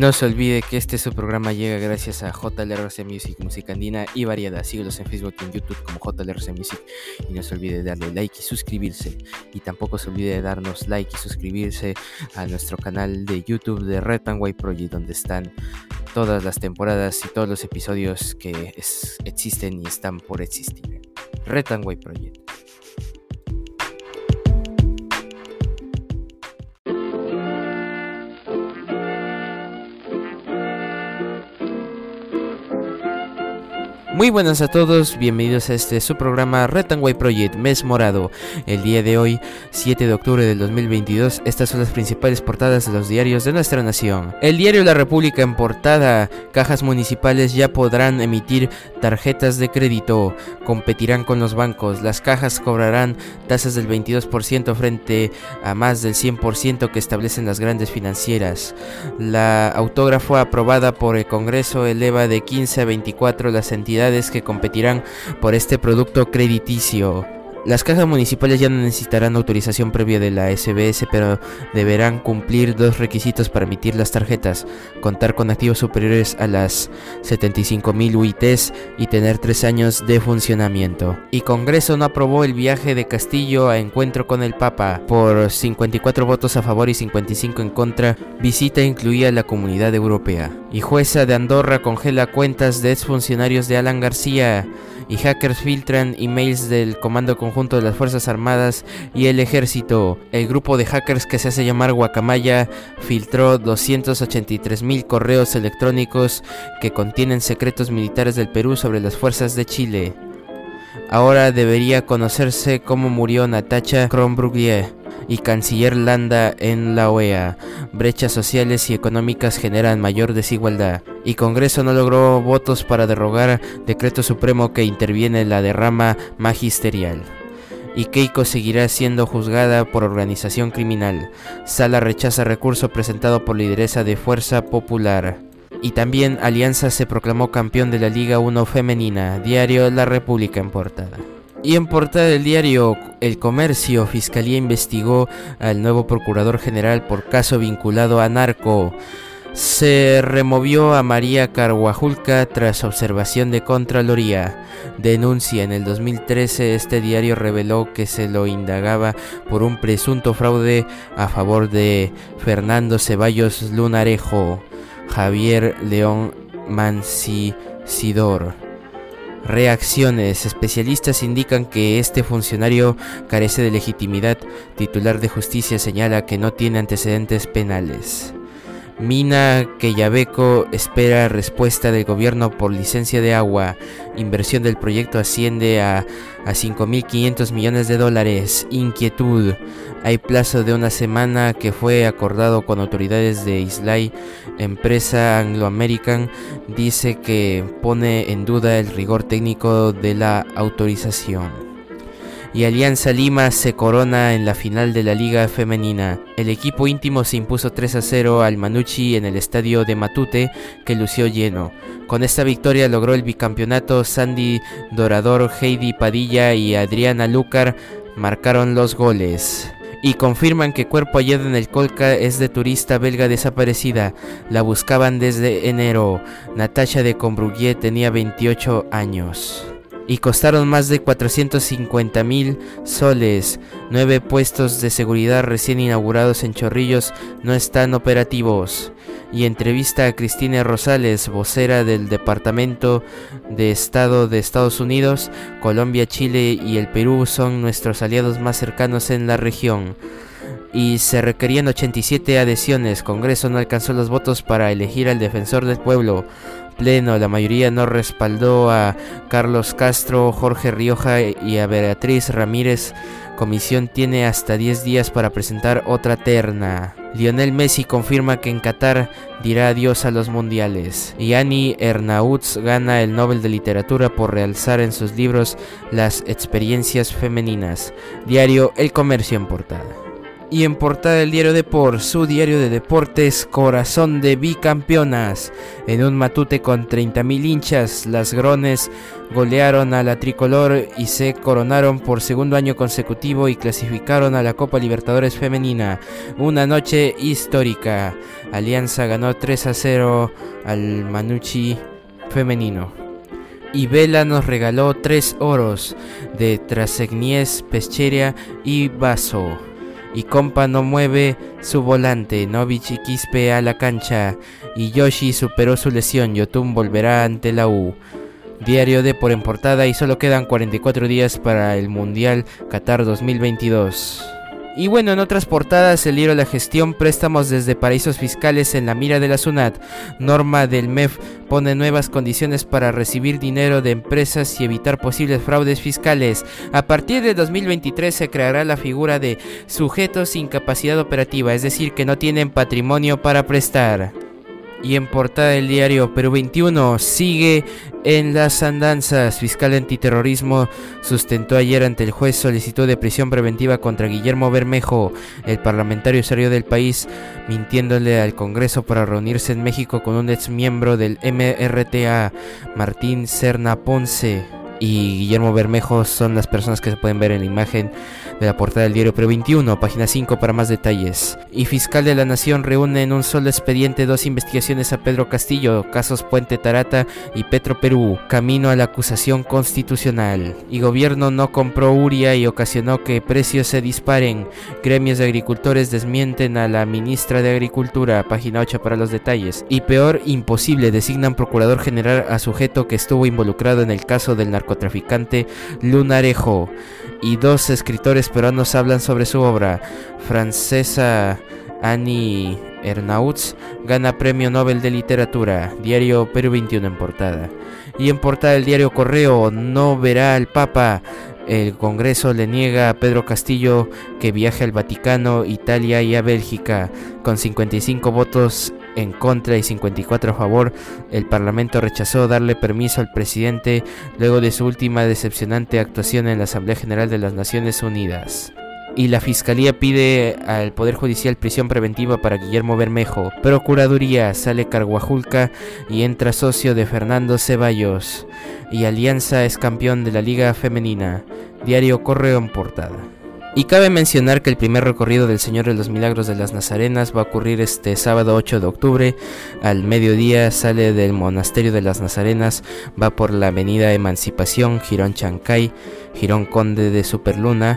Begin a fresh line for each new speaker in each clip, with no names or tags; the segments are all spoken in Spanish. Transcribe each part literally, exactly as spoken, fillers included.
No se olvide que este su programa llega gracias a J L R C Music, música andina y variada. Síguelos en Facebook y en YouTube como J L R C Music. Y no se olvide de darle like y suscribirse. Y tampoco se olvide de darnos like y suscribirse a nuestro canal de YouTube de Red and White Project, donde están todas las temporadas y todos los episodios que es, existen y están por existir. Red and White Project. Muy buenas a todos, bienvenidos a este su programa Red and White Project, Mes Morado. El día de hoy, siete de octubre del dos mil veintidós, estas son las principales portadas de los diarios de nuestra nación. El diario La República en portada: cajas municipales ya podrán emitir tarjetas de crédito, competirán con los bancos. Las cajas cobrarán tasas del veintidós por ciento frente a más del cien por ciento que establecen las grandes financieras. La autógrafo aprobada por el Congreso eleva de quince a veinticuatro las entidades que competirán por este producto crediticio. Las cajas municipales ya no necesitarán autorización previa de la S B S, pero deberán cumplir dos requisitos para emitir las tarjetas: contar con activos superiores a las setenta y cinco mil U I Ts y tener tres años de funcionamiento. Y Congreso no aprobó el viaje de Castillo a encuentro con el Papa. Por cincuenta y cuatro votos a favor y cincuenta y cinco en contra, visita incluía a la Comunidad Europea. Y jueza de Andorra congela cuentas de exfuncionarios de Alan García. Y hackers filtran emails del Comando Conjunto de las Fuerzas Armadas y el Ejército. El grupo de hackers que se hace llamar Guacamaya filtró doscientos ochenta y tres mil correos electrónicos que contienen secretos militares del Perú sobre las fuerzas de Chile. Ahora debería conocerse cómo murió Natacha Crombruglie y Canciller Landa en la O E A. Brechas sociales y económicas generan mayor desigualdad. Y Congreso no logró votos para derogar decreto supremo que interviene en la derrama magisterial. Y Keiko seguirá siendo juzgada por organización criminal. Sala rechaza recurso presentado por lideresa de Fuerza Popular. Y también Alianza se proclamó campeón de la Liga uno femenina. Diario La República en portada. Y en portada del diario El Comercio: Fiscalía investigó al nuevo Procurador General por caso vinculado a narco. Se removió a María Carhuajulca tras observación de Contraloría. Denuncia: en el dos mil trece este diario reveló que se lo indagaba por un presunto fraude a favor de Fernando Ceballos Lunarejo, Javier León Mancisidor. Reacciones: especialistas indican que este funcionario carece de legitimidad. Titular de Justicia señala que no tiene antecedentes penales. Mina Quellaveco espera respuesta del gobierno por licencia de agua. Inversión del proyecto asciende a, a cinco mil quinientos millones de dólares. Inquietud: hay plazo de una semana que fue acordado con autoridades de Islay. Empresa Anglo American dice que pone en duda el rigor técnico de la autorización. Y Alianza Lima se corona en la final de la Liga Femenina. El equipo íntimo se impuso tres a cero al Manucci en el estadio de Matute, que lució lleno. Con esta victoria logró el bicampeonato. Sandy Dorador, Heidi Padilla y Adriana Lucar marcaron los goles. Y confirman que cuerpo hallado en el Colca es de turista belga desaparecida. La buscaban desde enero. Natacha de Crombruglie tenía veintiocho años. Y costaron más de cuatrocientos cincuenta mil soles. Nueve puestos de seguridad recién inaugurados en Chorrillos no están operativos. Y entrevista a Cristina Rosales, vocera del Departamento de Estado de Estados Unidos. Colombia, Chile y el Perú son nuestros aliados más cercanos en la región. Y se requerían ochenta y siete adhesiones. Congreso no alcanzó los votos para elegir al defensor del pueblo. Pleno: la mayoría no respaldó a Carlos Castro, Jorge Rioja y a Beatriz Ramírez. Comisión tiene hasta diez días para presentar otra terna. Lionel Messi confirma que en Qatar dirá adiós a los mundiales. Y Annie Ernauds gana el Nobel de Literatura por realzar en sus libros las experiencias femeninas. Diario El Comercio en portada. Y en portada del diario Depor, su diario de deportes, corazón de bicampeonas. En un matute con treinta mil hinchas, las Grones golearon a la tricolor y se coronaron por segundo año consecutivo y clasificaron a la Copa Libertadores Femenina. Una noche histórica. Alianza ganó tres a cero al Manucci femenino. Y Vela nos regaló tres oros de Trasegnies, Pescheria y Vaso. Y Compa no mueve su volante, Novich y Quispe a la cancha. Y Yoshi superó su lesión, Yotun volverá ante la U. Diario de por en portada y solo quedan cuarenta y cuatro días para el Mundial Qatar dos mil veintidós. Y bueno, en otras portadas, el libro La Gestión, préstamos desde paraísos fiscales en la mira de la SUNAT. Norma del M E F pone nuevas condiciones para recibir dinero de empresas y evitar posibles fraudes fiscales. A partir de dos mil veintitrés se creará la figura de sujetos sin capacidad operativa, es decir, que no tienen patrimonio para prestar. Y en portada del diario Perú veintiuno, sigue en las andanzas. Fiscal antiterrorismo sustentó ayer ante el juez solicitud de prisión preventiva contra Guillermo Bermejo. El parlamentario salió del país mintiéndole al Congreso para reunirse en México con un ex miembro del M R T A, Martín Serna Ponce. Y Guillermo Bermejo son las personas que se pueden ver en la imagen de la portada del diario Perú veintiuno, página cinco para más detalles. Y Fiscal de la Nación reúne en un solo expediente dos investigaciones a Pedro Castillo, casos Puente Tarata y Petro Perú, camino a la acusación constitucional. Y Gobierno no compró uria y ocasionó que precios se disparen. Gremios de agricultores desmienten a la ministra de Agricultura, página ocho para los detalles. Y peor imposible, designan procurador general a sujeto que estuvo involucrado en el caso del narcotraficante Lunarejo. Y dos escritores peruanos hablan sobre su obra. Francesa Annie Ernaux gana Premio Nobel de Literatura. Diario Perú veintiuno en portada. Y en portada del diario Correo, no verá al Papa. El Congreso le niega a Pedro Castillo que viaje al Vaticano, Italia y a Bélgica. Con cincuenta y cinco votos en contra y cincuenta y cuatro a favor, el Parlamento rechazó darle permiso al presidente luego de su última decepcionante actuación en la Asamblea General de las Naciones Unidas. Y la Fiscalía pide al Poder Judicial prisión preventiva para Guillermo Bermejo. Procuraduría, sale Carguajulca y entra socio de Fernando Ceballos. Y Alianza es campeón de la Liga Femenina. Diario Correo en portada. Y cabe mencionar que el primer recorrido del Señor de los Milagros de las Nazarenas va a ocurrir este sábado ocho de octubre. Al mediodía sale del Monasterio de las Nazarenas, va por la avenida Emancipación, Girón Chancay, Girón Conde de Superluna,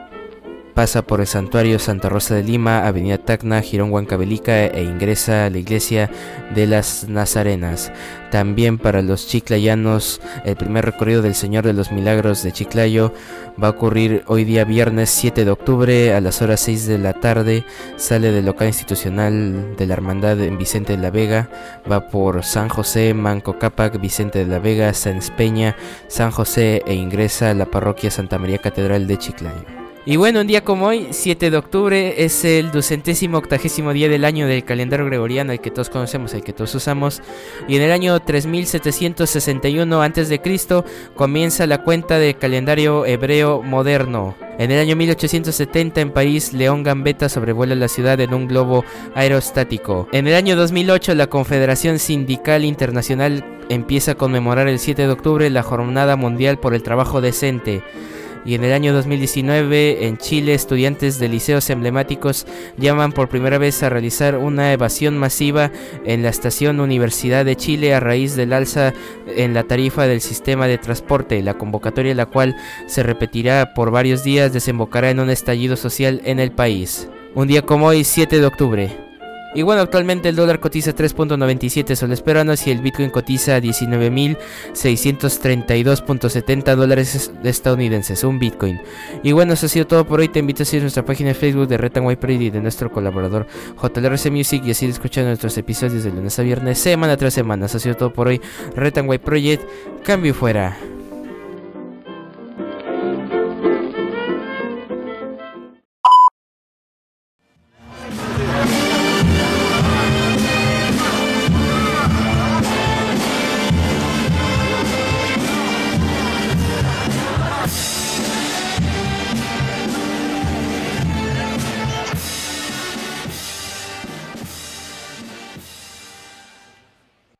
pasa por el Santuario Santa Rosa de Lima, Avenida Tacna, Girón Huancavelica e ingresa a la Iglesia de las Nazarenas. También para los chiclayanos, el primer recorrido del Señor de los Milagros de Chiclayo va a ocurrir hoy día viernes siete de octubre a las horas seis de la tarde. Sale del local institucional de la Hermandad en Vicente de la Vega, va por San José, Manco Cápac, Vicente de la Vega, Sáenz Peña, San José e ingresa a la parroquia Santa María Catedral de Chiclayo. Y bueno, un día como hoy, siete de octubre, es el ducentésimo octagésimo día del año del calendario gregoriano, el que todos conocemos, el que todos usamos. Y en el año tres mil setecientos sesenta y uno antes de Cristo comienza la cuenta del calendario hebreo moderno. En el año mil ochocientos setenta en París, León Gambetta sobrevuela la ciudad en un globo aerostático. En el año dos mil ocho la Confederación Sindical Internacional empieza a conmemorar el siete de octubre la Jornada Mundial por el Trabajo Decente. Y en el año dos mil diecinueve, en Chile, estudiantes de liceos emblemáticos llaman por primera vez a realizar una evasión masiva en la estación Universidad de Chile a raíz del alza en la tarifa del sistema de transporte. La convocatoria, la cual se repetirá por varios días, desembocará en un estallido social en el país. Un día como hoy, siete de octubre. Y bueno, actualmente el dólar cotiza tres punto noventa y siete soles peruanos y el Bitcoin cotiza diecinueve mil seiscientos treinta y dos punto setenta dólares estadounidenses, un Bitcoin. Y bueno, eso ha sido todo por hoy. Te invito a seguir nuestra página de Facebook de Red and White Project y de nuestro colaborador J L R C Music y así escuchar nuestros episodios de lunes a viernes, semana tras semana. Eso ha sido todo por hoy. Red and White Project, cambio y fuera.